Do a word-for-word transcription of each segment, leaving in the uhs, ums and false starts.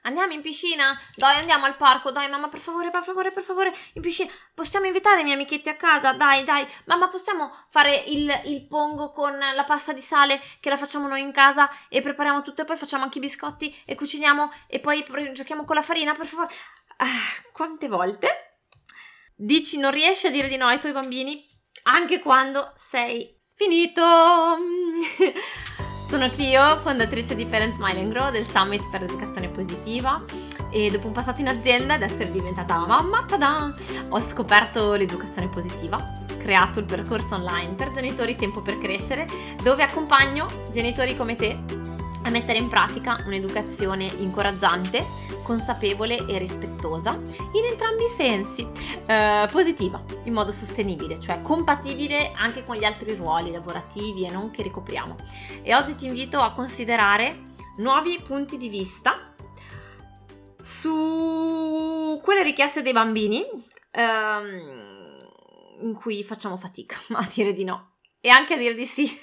Andiamo in piscina? Dai, andiamo al parco, dai mamma, per favore, per favore, per favore, in piscina. Possiamo invitare i miei amichetti a casa? Dai, dai, mamma, possiamo fare il, il pongo con la pasta di sale che la facciamo noi in casa e prepariamo tutto e poi facciamo anche i biscotti e cuciniamo e poi pre- giochiamo con la farina, per favore? Ah, quante volte dici non riesci a dire di no ai tuoi bambini anche quando sei sfinito? Sono Clio, fondatrice di Parent Smile and Grow, del Summit per l'educazione positiva, e dopo un passato in azienda ed essere diventata mamma, tada, ho scoperto l'educazione positiva, creato il percorso online per genitori Tempo per Crescere, dove accompagno genitori come te a mettere in pratica un'educazione incoraggiante, consapevole e rispettosa in entrambi i sensi, eh, positiva, in modo sostenibile, cioè compatibile anche con gli altri ruoli lavorativi e non che ricopriamo. E oggi ti invito a considerare nuovi punti di vista su quelle richieste dei bambini ehm, in cui facciamo fatica a dire di no e anche a dire di sì.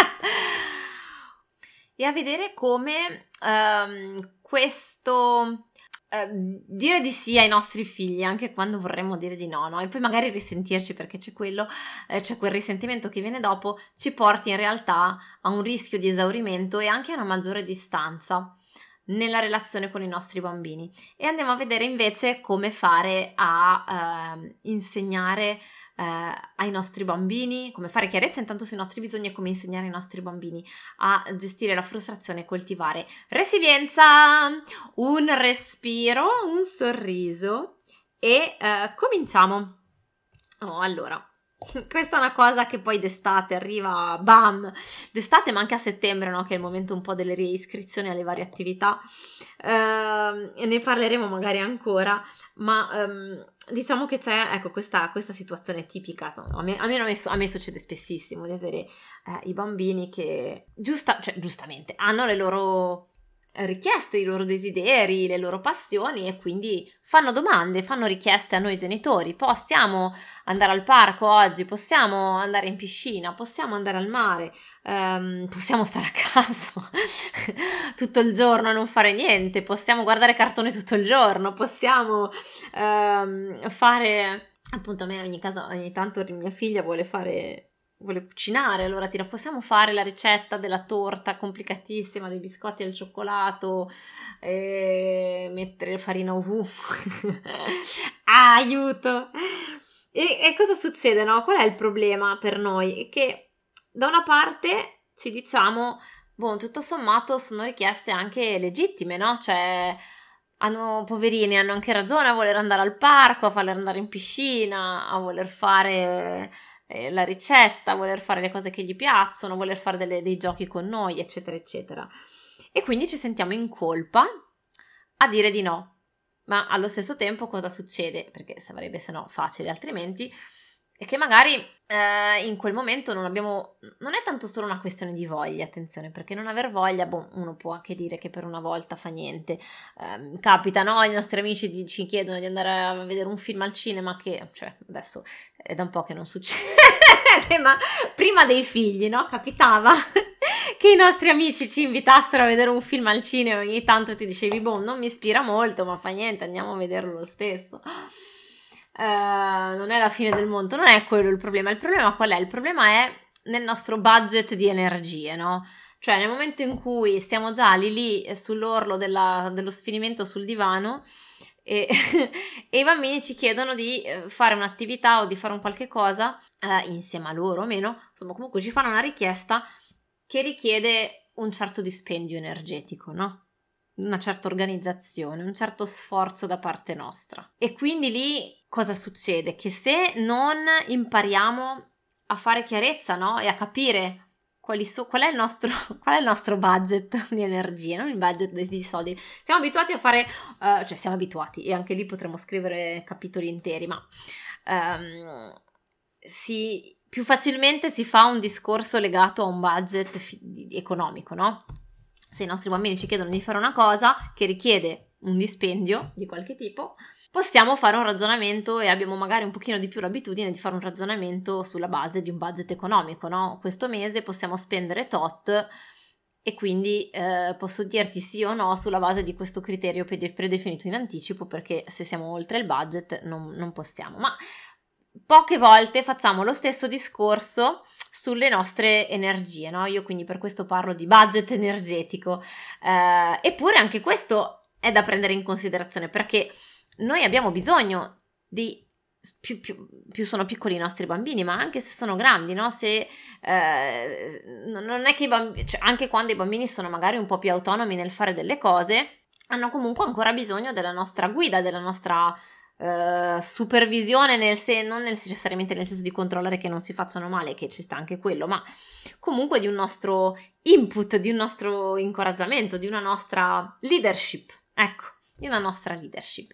E a vedere come um, questo uh, dire di sì ai nostri figli anche quando vorremmo dire di no, no? E poi magari risentirci perché c'è quello, eh, c'è quel risentimento che viene dopo, ci porti in realtà a un rischio di esaurimento e anche a una maggiore distanza nella relazione con i nostri bambini. E andiamo a vedere invece come fare a uh, insegnare Eh, ai nostri bambini, come fare chiarezza intanto sui nostri bisogni e come insegnare ai nostri bambini a gestire la frustrazione e coltivare resilienza. Un respiro, un sorriso e eh, cominciamo. Oh, allora, questa è una cosa che poi d'estate arriva, bam, d'estate ma anche a settembre, no? Che è il momento un po' delle reiscrizioni alle varie attività, uh, e ne parleremo magari ancora, ma um, diciamo che c'è, ecco, questa, questa situazione tipica, no? a, me, a, me, a me succede spessissimo di avere eh, i bambini che, giusta, cioè, giustamente, hanno le loro richieste, i loro desideri, le loro passioni e quindi fanno domande, fanno richieste a noi genitori. Possiamo andare al parco oggi? Possiamo andare in piscina? Possiamo andare al mare? Um, possiamo stare a casa tutto il giorno a non fare niente? Possiamo guardare cartone tutto il giorno? Possiamo um, fare, appunto, a me ogni caso, ogni tanto mia figlia vuole fare vuole cucinare, allora ti la possiamo fare la ricetta della torta complicatissima dei biscotti al cioccolato e mettere farina ovunque. Ah, aiuto! E, e cosa succede, no? Qual è il problema per noi? È che da una parte ci diciamo, boh, tutto sommato sono richieste anche legittime, no? Cioè hanno, poverini, hanno anche ragione a voler andare al parco, a voler andare in piscina, a voler fare la ricetta, voler fare le cose che gli piacciono, voler fare delle, dei giochi con noi, eccetera eccetera, e quindi ci sentiamo in colpa a dire di no. Ma allo stesso tempo cosa succede? Perché sarebbe se no facile altrimenti, è che magari eh, in quel momento non abbiamo, non è tanto solo una questione di voglia, attenzione, perché non aver voglia, boh, uno può anche dire che per una volta fa niente, eh, capita, no? I nostri amici di, ci chiedono di andare a vedere un film al cinema, che, cioè, adesso è da un po' che non succede, ma prima dei figli, no? Capitava che i nostri amici ci invitassero a vedere un film al cinema e ogni tanto ti dicevi, boh, non mi ispira molto, ma fa niente, andiamo a vederlo lo stesso. Uh, non è la fine del mondo, non è quello il problema. Il problema qual è? Il problema è nel nostro budget di energie, no? Cioè nel momento in cui siamo già lì lì sull'orlo della, dello sfinimento sul divano e, e i bambini ci chiedono di fare un'attività o di fare un qualche cosa uh, insieme a loro o meno, insomma comunque ci fanno una richiesta che richiede un certo dispendio energetico, no? Una certa organizzazione, un certo sforzo da parte nostra. E quindi lì cosa succede? Che se non impariamo a fare chiarezza, no? E a capire quali so, qual, è il nostro, qual è il nostro budget di energia, non il budget di, di soldi. Siamo abituati a fare, uh, cioè siamo abituati, e anche lì potremmo scrivere capitoli interi, ma um, si, più facilmente si fa un discorso legato a un budget fi- di, di economico, no? Se i nostri bambini ci chiedono di fare una cosa che richiede un dispendio di qualche tipo, possiamo fare un ragionamento e abbiamo magari un pochino di più l'abitudine di fare un ragionamento sulla base di un budget economico, no? Questo mese possiamo spendere tot e quindi eh, posso dirti sì o no sulla base di questo criterio predefinito in anticipo, perché se siamo oltre il budget non, non possiamo. Ma poche volte facciamo lo stesso discorso sulle nostre energie, no? Io quindi per questo parlo di budget energetico, eh, eppure anche questo è da prendere in considerazione, perché noi abbiamo bisogno di Più, più, più sono piccoli i nostri bambini, ma anche se sono grandi, no? Se eh, non è che i bambini, cioè anche quando i bambini sono magari un po' più autonomi nel fare delle cose, hanno comunque ancora bisogno della nostra guida, della nostra eh, supervisione, nel sen- non necessariamente nel senso di controllare che non si facciano male, che ci sta anche quello, ma comunque di un nostro input, di un nostro incoraggiamento, di una nostra leadership, ecco, di una nostra leadership.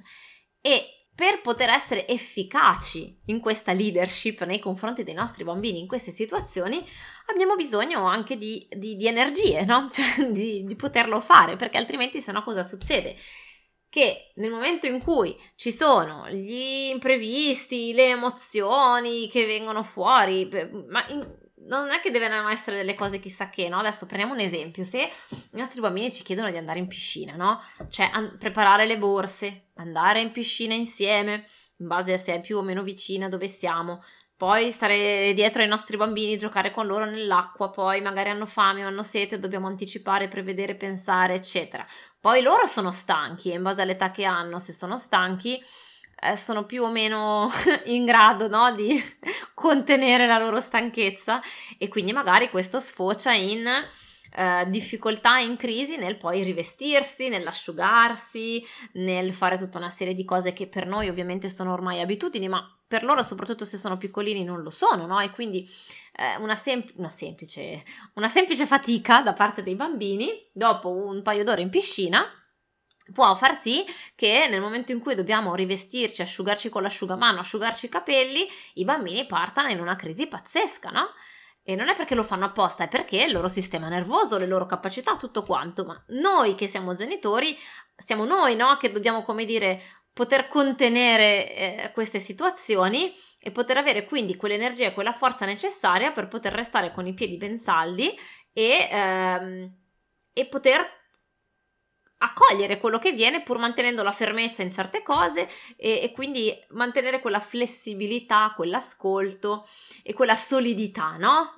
E per poter essere efficaci in questa leadership nei confronti dei nostri bambini in queste situazioni, abbiamo bisogno anche di, di, di energie, no? Cioè di, di poterlo fare, perché altrimenti sennò cosa succede? Che nel momento in cui ci sono gli imprevisti, le emozioni che vengono fuori, ma in, non è che devono essere delle cose chissà che, no? Adesso prendiamo un esempio: se i nostri bambini ci chiedono di andare in piscina, no? Cioè an- preparare le borse, andare in piscina insieme, in base a se è più o meno vicina dove siamo, poi stare dietro ai nostri bambini, giocare con loro nell'acqua, poi magari hanno fame, hanno sete, dobbiamo anticipare, prevedere, pensare, eccetera. Poi loro sono stanchi e in base all'età che hanno, se sono stanchi, eh, sono più o meno in grado, no, di contenere la loro stanchezza, e quindi magari questo sfocia in eh, difficoltà, in crisi nel poi rivestirsi, nell'asciugarsi, nel fare tutta una serie di cose che per noi ovviamente sono ormai abitudini, ma per loro, soprattutto se sono piccolini, non lo sono, no? E quindi eh, una, sem- una, semplice, una semplice fatica da parte dei bambini dopo un paio d'ore in piscina può far sì che nel momento in cui dobbiamo rivestirci, asciugarci con l'asciugamano, asciugarci i capelli, i bambini partano in una crisi pazzesca, no? E non è perché lo fanno apposta, è perché il loro sistema nervoso, le loro capacità, tutto quanto. Ma noi che siamo genitori, siamo noi, no? Che dobbiamo, come dire, poter contenere eh, queste situazioni e poter avere quindi quell'energia e quella forza necessaria per poter restare con i piedi ben saldi e, ehm, e poter accogliere quello che viene, pur mantenendo la fermezza in certe cose, e, e quindi mantenere quella flessibilità, quell'ascolto e quella solidità, no?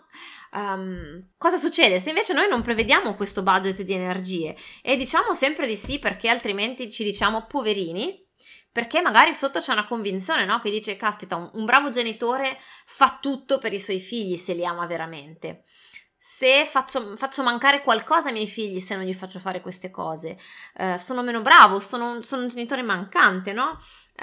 Um, cosa succede se invece noi non prevediamo questo budget di energie e diciamo sempre di sì, perché altrimenti ci diciamo poverini, perché magari sotto c'è una convinzione, no? Che dice: caspita, un, un bravo genitore fa tutto per i suoi figli se li ama veramente. Se faccio, faccio mancare qualcosa ai miei figli se non gli faccio fare queste cose, eh, sono meno bravo, sono, sono un genitore mancante, no?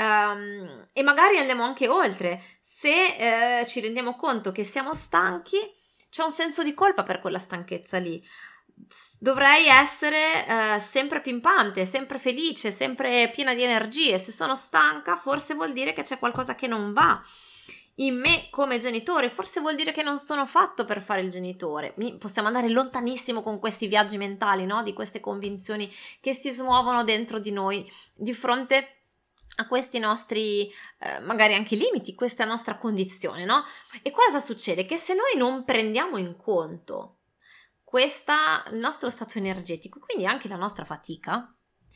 Um, e magari andiamo anche oltre. Se eh, ci rendiamo conto che siamo stanchi, c'è un senso di colpa per quella stanchezza lì. Dovrei essere eh, sempre pimpante, sempre felice, sempre piena di energie. Se sono stanca, forse vuol dire che c'è qualcosa che non va in me come genitore, forse vuol dire che non sono fatto per fare il genitore. Possiamo andare lontanissimo con questi viaggi mentali, no? Di queste convinzioni che si smuovono dentro di noi di fronte a questi nostri eh, magari anche limiti, questa nostra condizione, no? E cosa succede? Che se noi non prendiamo in conto questa, il nostro stato energetico, quindi anche la nostra fatica,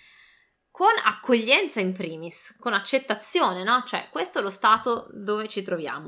con accoglienza in primis, con accettazione, no? Cioè, questo è lo stato dove ci troviamo.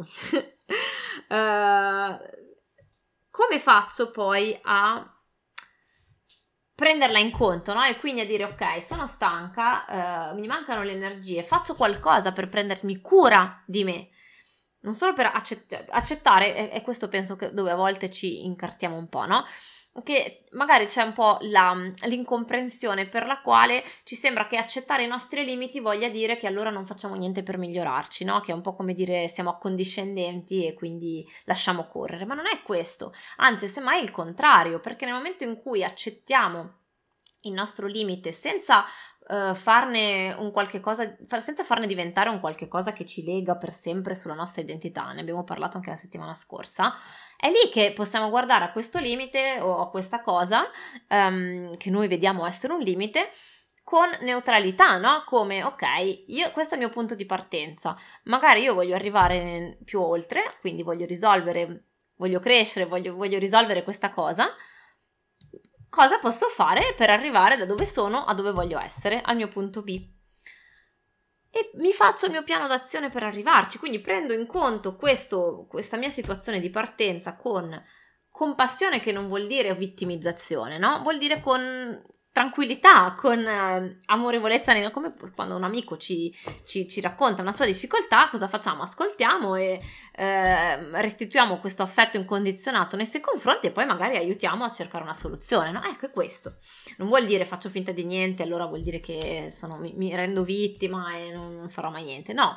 uh, come faccio poi a prenderla in conto, no? E quindi a dire: ok, sono stanca, uh, mi mancano le energie, faccio qualcosa per prendermi cura di me. Non solo per accett- accettare, e, e questo penso che dove a volte ci incartiamo un po', no? Che magari c'è un po' la, l'incomprensione per la quale ci sembra che accettare i nostri limiti voglia dire che allora non facciamo niente per migliorarci, no? Che è un po' come dire siamo accondiscendenti e quindi lasciamo correre, ma non è questo, anzi semmai il contrario, perché nel momento in cui accettiamo il nostro limite senza uh, farne un qualche cosa, senza farne diventare un qualche cosa che ci lega per sempre sulla nostra identità, ne abbiamo parlato anche la settimana scorsa, è lì che possiamo guardare a questo limite o a questa cosa um, che noi vediamo essere un limite con neutralità, no? Come, ok, io, questo è il mio punto di partenza, magari io voglio arrivare più oltre, quindi voglio risolvere, voglio crescere, voglio, voglio risolvere questa cosa. cosa posso fare per arrivare da dove sono a dove voglio essere, al mio punto B. E mi faccio il mio piano d'azione per arrivarci, quindi prendo in conto questo, questa mia situazione di partenza con compassione, che non vuol dire vittimizzazione, no? Vuol dire con tranquillità, con eh, amorevolezza, come quando un amico ci, ci, ci racconta una sua difficoltà, cosa facciamo? Ascoltiamo e eh, restituiamo questo affetto incondizionato nei suoi confronti e poi magari aiutiamo a cercare una soluzione, no? Ecco, è questo. Non vuol dire faccio finta di niente, allora vuol dire che sono, mi, mi rendo vittima e non farò mai niente, no.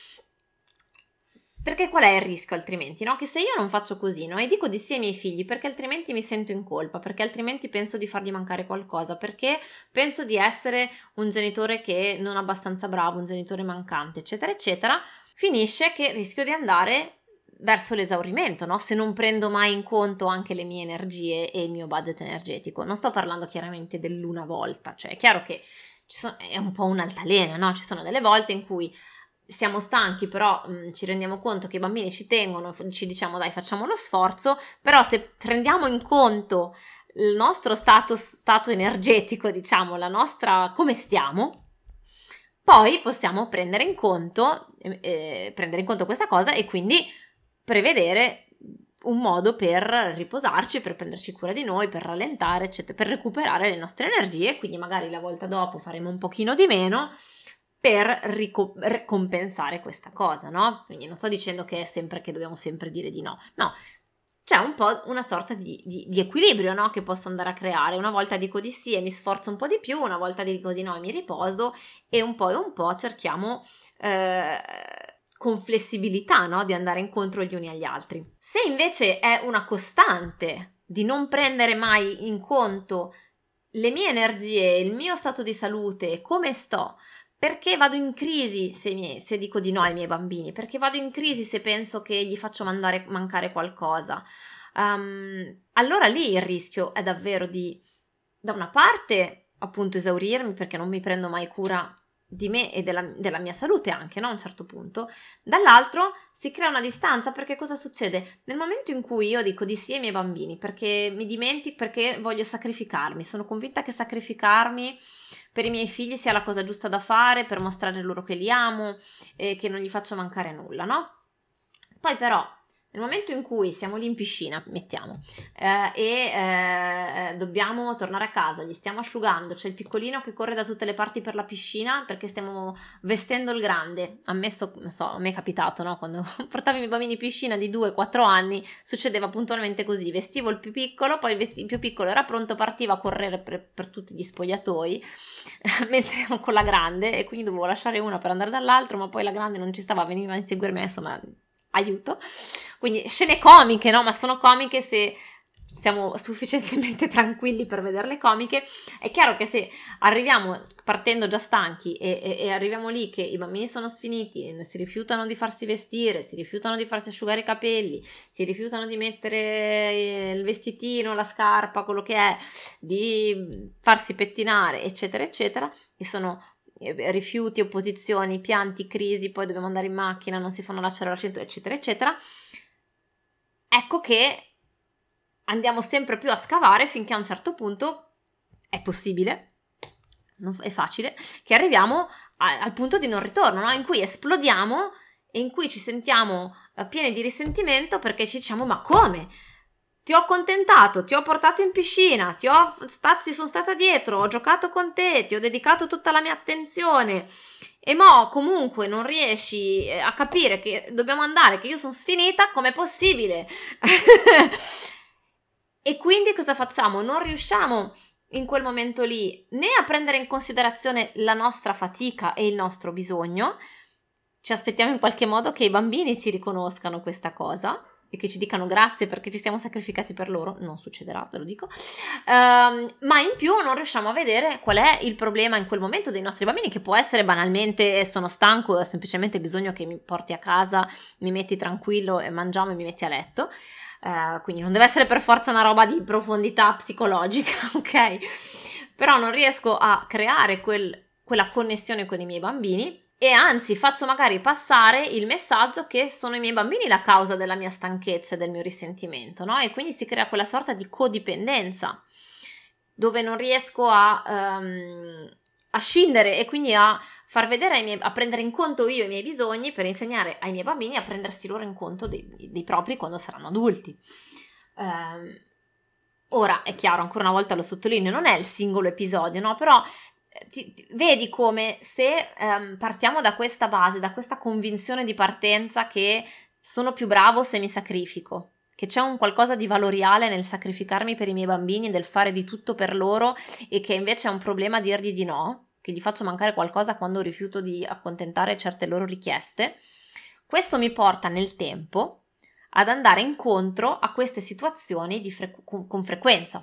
Perché qual è il rischio altrimenti, no? Che se io non faccio così, no? E dico di sì ai miei figli perché altrimenti mi sento in colpa, perché altrimenti penso di fargli mancare qualcosa, perché penso di essere un genitore che non è abbastanza bravo, un genitore mancante, eccetera, eccetera, finisce che rischio di andare verso l'esaurimento, no? Se non prendo mai in conto anche le mie energie e il mio budget energetico. Non sto parlando chiaramente dell'una volta, cioè è chiaro che ci sono, è un po' un'altalena, no? Ci sono delle volte in cui siamo stanchi, però mh, ci rendiamo conto che i bambini ci tengono, ci diciamo dai, facciamo lo sforzo, però se prendiamo in conto il nostro stato, stato energetico, diciamo, la nostra, come stiamo, poi possiamo prendere in conto, eh, prendere in conto questa cosa e quindi prevedere un modo per riposarci, per prenderci cura di noi, per rallentare, eccetera, per recuperare le nostre energie, quindi magari la volta dopo faremo un pochino di meno, per rico- ricompensare questa cosa, no? Quindi non sto dicendo che è sempre che dobbiamo sempre dire di no, no, c'è un po' una sorta di, di, di equilibrio, no? Che posso andare a creare. Una volta dico di sì e mi sforzo un po' di più, una volta dico di no e mi riposo, e un po' e un po' cerchiamo eh, con flessibilità, no? Di andare incontro gli uni agli altri. Se invece è una costante di non prendere mai in conto le mie energie, il mio stato di salute, come sto, perché vado in crisi se, mi, se dico di no ai miei bambini, perché vado in crisi se penso che gli faccio mandare, mancare qualcosa, um, allora lì il rischio è davvero di, da una parte, appunto esaurirmi perché non mi prendo mai cura di me e della, della mia salute anche, no? A un certo punto, dall'altro si crea una distanza, perché cosa succede? Nel momento in cui io dico di sì ai miei bambini perché mi dimentico, perché voglio sacrificarmi, sono convinta che sacrificarmi per i miei figli sia la cosa giusta da fare, per mostrare loro che li amo e che non gli faccio mancare nulla, no? Poi però nel momento in cui siamo lì in piscina, mettiamo, eh, e eh, dobbiamo tornare a casa, gli stiamo asciugando, c'è il piccolino che corre da tutte le parti per la piscina perché stiamo vestendo il grande. Ammesso, non so, a me è capitato, no? Quando portavo i miei bambini in piscina di due quattro anni, succedeva puntualmente così: vestivo il più piccolo, poi il, vesti- il più piccolo era pronto, partiva a correre per, per tutti gli spogliatoi, mentre ero con la grande, e quindi dovevo lasciare una per andare dall'altro, ma poi la grande non ci stava, veniva a inseguirmi, insomma, aiuto. Quindi scene comiche, no? Ma sono comiche se siamo sufficientemente tranquilli per vederle comiche. È chiaro che se arriviamo partendo già stanchi e, e, e arriviamo lì che i bambini sono sfiniti, si rifiutano di farsi vestire, si rifiutano di farsi asciugare i capelli, si rifiutano di mettere il vestitino, la scarpa, quello che è, di farsi pettinare, eccetera, eccetera, e sono rifiuti, opposizioni, pianti, crisi, poi dobbiamo andare in macchina, non si fanno lasciare al centro, eccetera, eccetera. Ecco che andiamo sempre più a scavare finché a un certo punto è possibile, non è facile, che arriviamo a, al punto di non ritorno, no? In cui esplodiamo e in cui ci sentiamo pieni di risentimento perché ci diciamo: ma come? Ti ho accontentato, ti ho portato in piscina, ti ho stati, sono stata dietro, ho giocato con te, ti ho dedicato tutta la mia attenzione, e mo comunque non riesci a capire che dobbiamo andare, che io sono sfinita, com'è possibile? E quindi cosa facciamo? Non riusciamo in quel momento lì né a prendere in considerazione la nostra fatica e il nostro bisogno. Ci aspettiamo in qualche modo che i bambini ci riconoscano questa cosa e che ci dicano grazie perché ci siamo sacrificati per loro. Non succederà, ve lo dico. Um, ma in più non riusciamo a vedere qual è il problema in quel momento dei nostri bambini, che può essere banalmente: sono stanco e ho semplicemente bisogno che mi porti a casa, mi metti tranquillo e mangiamo e mi metti a letto. Uh, quindi non deve essere per forza una roba di profondità psicologica, ok? Però non riesco a creare quel, quella connessione con i miei bambini, e anzi faccio magari passare il messaggio che sono i miei bambini la causa della mia stanchezza e del mio risentimento, no? E quindi si crea quella sorta di codipendenza dove non riesco a, um, a scindere e quindi a far vedere ai miei, a prendere in conto io i miei bisogni per insegnare ai miei bambini a prendersi loro in conto dei, dei propri quando saranno adulti. Um, ora è chiaro, ancora una volta lo sottolineo, non è il singolo episodio, no? Però ti, ti, vedi come se um, partiamo da questa base, da questa convinzione di partenza che sono più bravo se mi sacrifico, che c'è un qualcosa di valoriale nel sacrificarmi per i miei bambini, del fare di tutto per loro, e che invece è un problema dirgli di no, che gli faccio mancare qualcosa quando rifiuto di accontentare certe loro richieste. Questo mi porta nel tempo ad andare incontro a queste situazioni di fre- con frequenza,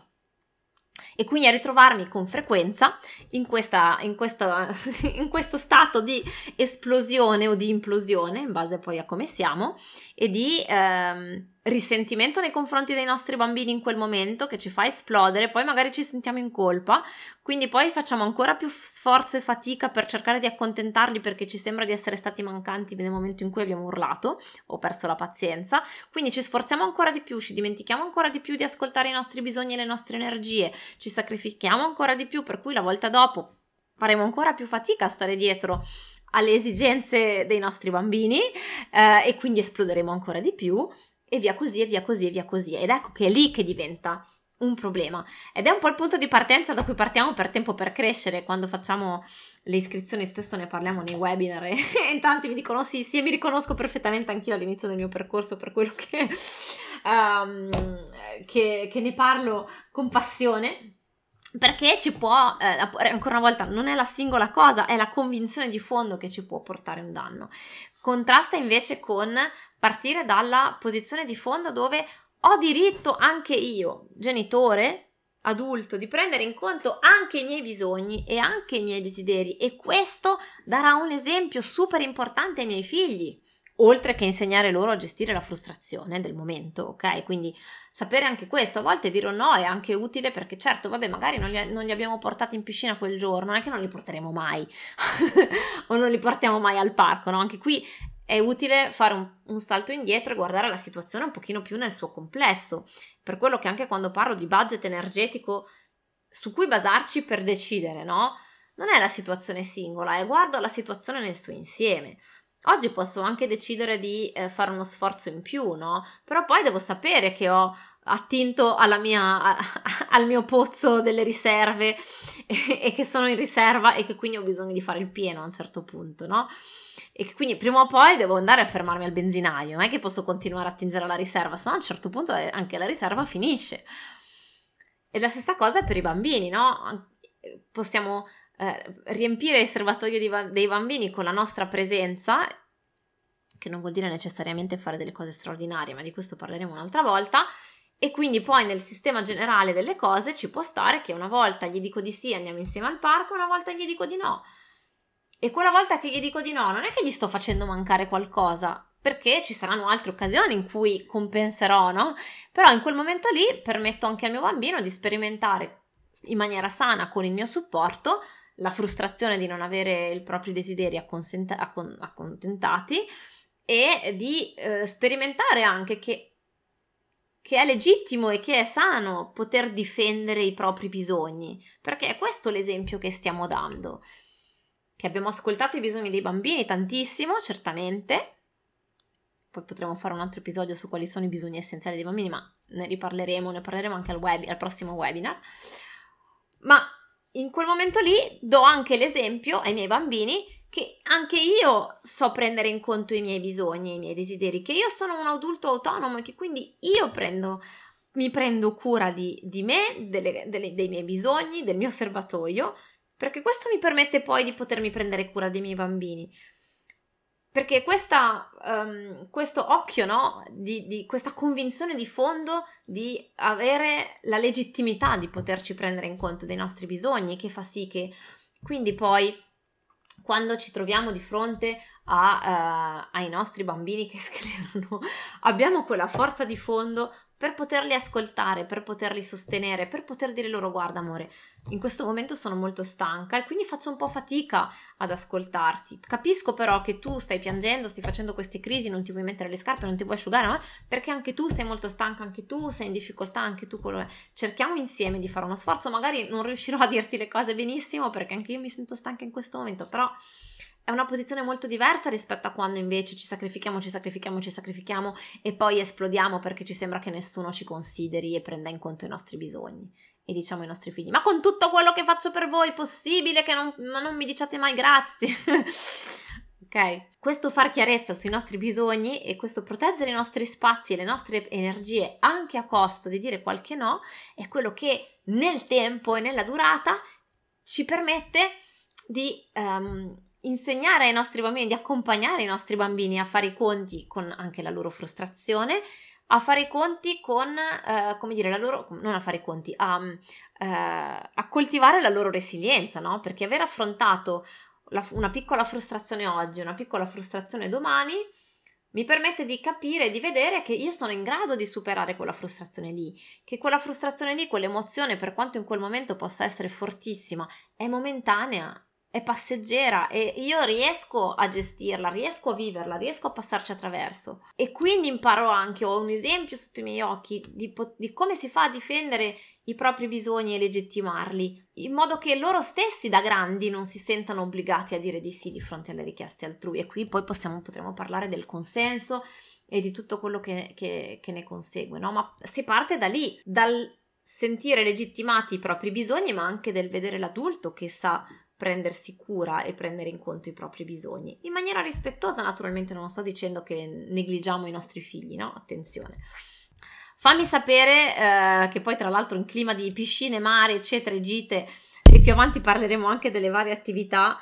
e quindi a ritrovarmi con frequenza in, questa, in, questa, in questo stato di esplosione o di implosione, in base poi a come siamo, e di ehm, risentimento nei confronti dei nostri bambini in quel momento, che ci fa esplodere, poi magari ci sentiamo in colpa, quindi poi facciamo ancora più sforzo e fatica per cercare di accontentarli perché ci sembra di essere stati mancanti nel momento in cui abbiamo urlato o perso la pazienza, quindi ci sforziamo ancora di più, ci dimentichiamo ancora di più di ascoltare i nostri bisogni e le nostre energie, ci sacrifichiamo ancora di più, per cui la volta dopo faremo ancora più fatica a stare dietro alle esigenze dei nostri bambini eh, e quindi esploderemo ancora di più, e via così e via così e via così, ed ecco che è lì che diventa un problema, ed è un po' il punto di partenza da cui partiamo per Tempo per Crescere. Quando facciamo le iscrizioni spesso ne parliamo nei webinar e, e tanti mi dicono sì sì, mi riconosco perfettamente anch'io all'inizio del mio percorso, per quello che, um, che, che ne parlo con passione, perché ci può, eh, ancora una volta, non è la singola cosa, è la convinzione di fondo che ci può portare un danno. Contrasta invece con partire dalla posizione di fondo dove ho diritto anche io, genitore, adulto, di prendere in conto anche i miei bisogni e anche i miei desideri, e questo darà un esempio super importante ai miei figli, oltre che insegnare loro a gestire la frustrazione del momento, ok? Quindi sapere anche questo, a volte dire no è anche utile, perché certo, vabbè, magari non li, non li abbiamo portati in piscina quel giorno, non è che non li porteremo mai o non li portiamo mai al parco, no? Anche qui è utile fare un, un salto indietro e guardare la situazione un pochino più nel suo complesso, per quello che anche quando parlo di budget energetico su cui basarci per decidere, no? Non è la situazione singola, è guardo la situazione nel suo insieme. Oggi posso anche decidere di eh, fare uno sforzo in più, no? Però poi devo sapere che ho attinto alla mia, a, al mio pozzo delle riserve e, e che sono in riserva e che quindi ho bisogno di fare il pieno a un certo punto, no? E che quindi prima o poi devo andare a fermarmi al benzinaio, non è che posso continuare a attingere alla riserva, se no a un certo punto anche la riserva finisce. E la stessa cosa è per i bambini, no? Possiamo eh, riempire il serbatoio di, dei bambini con la nostra presenza, che non vuol dire necessariamente fare delle cose straordinarie, ma di questo parleremo un'altra volta, e quindi poi nel sistema generale delle cose ci può stare che una volta gli dico di sì, andiamo insieme al parco, una volta gli dico di no. E quella volta che gli dico di no, non è che gli sto facendo mancare qualcosa, perché ci saranno altre occasioni in cui compenserò, no? Però in quel momento lì permetto anche al mio bambino di sperimentare in maniera sana, con il mio supporto, la frustrazione di non avere i propri desideri acconsent- accon- accontentati, e di eh, sperimentare anche che che è legittimo e che è sano poter difendere i propri bisogni, perché è questo l'esempio che stiamo dando. Che abbiamo ascoltato i bisogni dei bambini tantissimo, certamente, poi potremo fare un altro episodio su quali sono i bisogni essenziali dei bambini, ma ne riparleremo, ne parleremo anche al, web, al prossimo webinar, ma in quel momento lì do anche l'esempio ai miei bambini che anche io so prendere in conto i miei bisogni e i miei desideri, che io sono un adulto autonomo e che quindi io prendo, mi prendo cura di, di me, delle, delle, dei miei bisogni, del mio serbatoio, perché questo mi permette poi di potermi prendere cura dei miei bambini. Perché questa, um, questo occhio, no? Di, di questa convinzione di fondo di avere la legittimità di poterci prendere in conto dei nostri bisogni, che fa sì che quindi poi quando ci troviamo di fronte a, uh, ai nostri bambini che sclerano, abbiamo quella forza di fondo per poterli ascoltare, per poterli sostenere, per poter dire loro: guarda amore, in questo momento sono molto stanca e quindi faccio un po' fatica ad ascoltarti, capisco però che tu stai piangendo, stai facendo queste crisi, non ti vuoi mettere le scarpe, non ti vuoi asciugare, ma perché anche tu sei molto stanca, anche tu sei in difficoltà, anche tu quello è. Cerchiamo insieme di fare uno sforzo, magari non riuscirò a dirti le cose benissimo perché anche io mi sento stanca in questo momento, però è una posizione molto diversa rispetto a quando invece ci sacrifichiamo, ci sacrifichiamo, ci sacrifichiamo e poi esplodiamo perché ci sembra che nessuno ci consideri e prenda in conto i nostri bisogni. E diciamo ai nostri figli: ma con tutto quello che faccio per voi, è possibile che non, ma non mi diciate mai grazie? Ok? Questo far chiarezza sui nostri bisogni e questo proteggere i nostri spazi e le nostre energie anche a costo di dire qualche no è quello che nel tempo e nella durata ci permette di um, insegnare ai nostri bambini, di accompagnare i nostri bambini a fare i conti con anche la loro frustrazione, a fare i conti con, eh, come dire, la loro, non a fare i conti, a, eh, a coltivare la loro resilienza, no? Perché aver affrontato la, una piccola frustrazione oggi, una piccola frustrazione domani, mi permette di capire e di vedere che io sono in grado di superare quella frustrazione lì, che quella frustrazione lì, quell'emozione, per quanto in quel momento possa essere fortissima, è momentanea, è passeggera e io riesco a gestirla, riesco a viverla, riesco a passarci attraverso. E quindi imparo anche, ho un esempio sotto i miei occhi di, di come si fa a difendere i propri bisogni e legittimarli, in modo che loro stessi da grandi non si sentano obbligati a dire di sì di fronte alle richieste altrui. E qui poi possiamo, potremo parlare del consenso e di tutto quello che, che, che ne consegue, no? Ma si parte da lì, dal sentire legittimati i propri bisogni, ma anche del vedere l'adulto che sa prendersi cura e prendere in conto i propri bisogni in maniera rispettosa. Naturalmente non sto dicendo che negligiamo i nostri figli, no? Attenzione. Fammi sapere eh, che poi tra l'altro in clima di piscine, mare, eccetera, gite, e più avanti parleremo anche delle varie attività.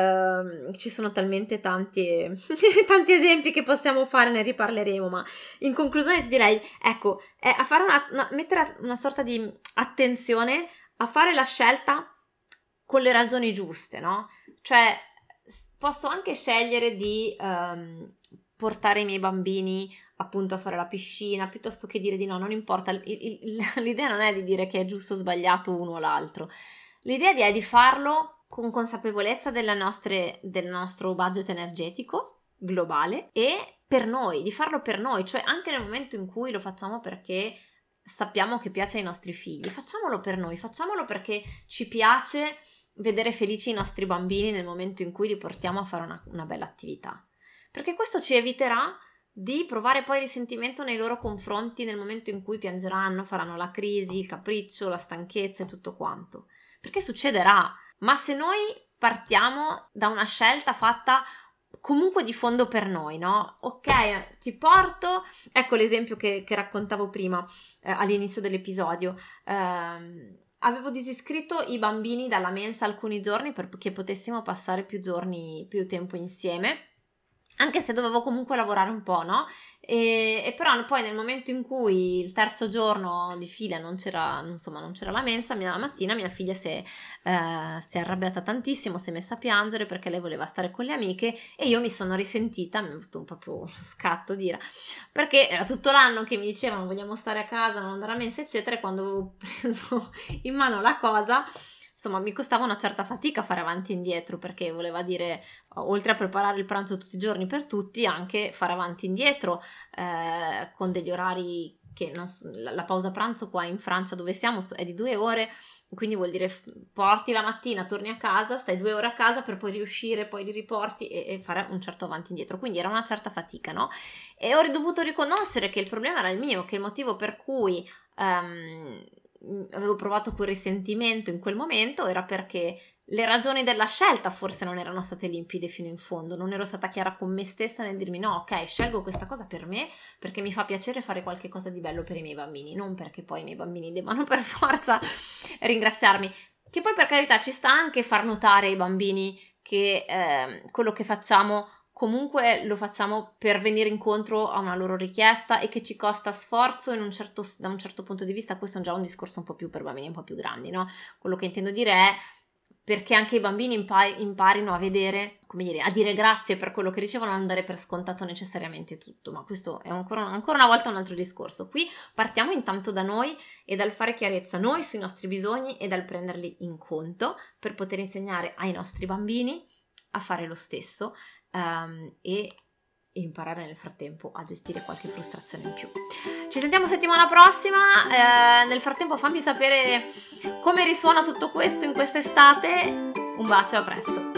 Uh, ci sono talmente tanti tanti esempi che possiamo fare, ne riparleremo, ma in conclusione ti direi, ecco, è a fare una, una mettere una sorta di attenzione a fare la scelta con le ragioni giuste, no? Cioè posso anche scegliere di um, portare i miei bambini appunto a fare la piscina piuttosto che dire di no, non importa, il, il, l'idea non è di dire che è giusto o sbagliato uno o l'altro, l'idea è di farlo con consapevolezza delle nostre, del nostro budget energetico globale e per noi, di farlo per noi, cioè anche nel momento in cui lo facciamo perché sappiamo che piace ai nostri figli, facciamolo per noi, facciamolo perché ci piace vedere felici i nostri bambini nel momento in cui li portiamo a fare una, una bella attività, perché questo ci eviterà di provare poi risentimento nei loro confronti nel momento in cui piangeranno, faranno la crisi, il capriccio, la stanchezza e tutto quanto, perché succederà. Ma se noi partiamo da una scelta fatta comunque di fondo per noi, no? Ok, ti porto, ecco l'esempio che, che raccontavo prima eh, all'inizio dell'episodio, ehm, avevo disiscritto i bambini dalla mensa alcuni giorni perché potessimo passare più giorni, più tempo insieme, anche se dovevo comunque lavorare un po', no? E, e però poi nel momento in cui il terzo giorno di fila non c'era, insomma, non c'era la mensa, mia, la mattina mia figlia si è, eh, si è arrabbiata tantissimo, si è messa a piangere perché lei voleva stare con le amiche e io mi sono risentita, mi è avuto un proprio uno scatto di ira, perché era tutto l'anno che mi dicevano vogliamo stare a casa, non andare a mensa, eccetera, e quando avevo preso in mano la cosa, insomma, mi costava una certa fatica fare avanti e indietro, perché voleva dire, oltre a preparare il pranzo tutti i giorni per tutti, anche fare avanti e indietro eh, con degli orari che non so, la, la pausa pranzo qua in Francia dove siamo è di due ore, quindi vuol dire porti la mattina, torni a casa, stai due ore a casa per poi riuscire, poi li riporti e, e fare un certo avanti e indietro, quindi era una certa fatica, no? E ho dovuto riconoscere che il problema era il mio, che il motivo per cui um, avevo provato quel risentimento in quel momento era perché le ragioni della scelta forse non erano state limpide fino in fondo, non ero stata chiara con me stessa nel dirmi no, ok, scelgo questa cosa per me perché mi fa piacere fare qualche cosa di bello per i miei bambini, non perché poi i miei bambini debbano per forza ringraziarmi, che poi per carità ci sta anche far notare ai bambini che eh, quello che facciamo comunque lo facciamo per venire incontro a una loro richiesta e che ci costa sforzo in un certo, da un certo punto di vista. Questo è già un discorso un po' più per bambini un po' più grandi, no? Quello che intendo dire è perché anche i bambini impa- imparino a vedere, come dire, a dire grazie per quello che ricevono, a non dare per scontato necessariamente tutto, ma questo è ancora, ancora una volta un altro discorso. Qui partiamo intanto da noi e dal fare chiarezza noi sui nostri bisogni e dal prenderli in conto per poter insegnare ai nostri bambini a fare lo stesso um, e imparare nel frattempo a gestire qualche frustrazione in più. Ci sentiamo settimana prossima, eh, nel frattempo fammi sapere come risuona tutto questo in quest'estate. Un bacio, a presto!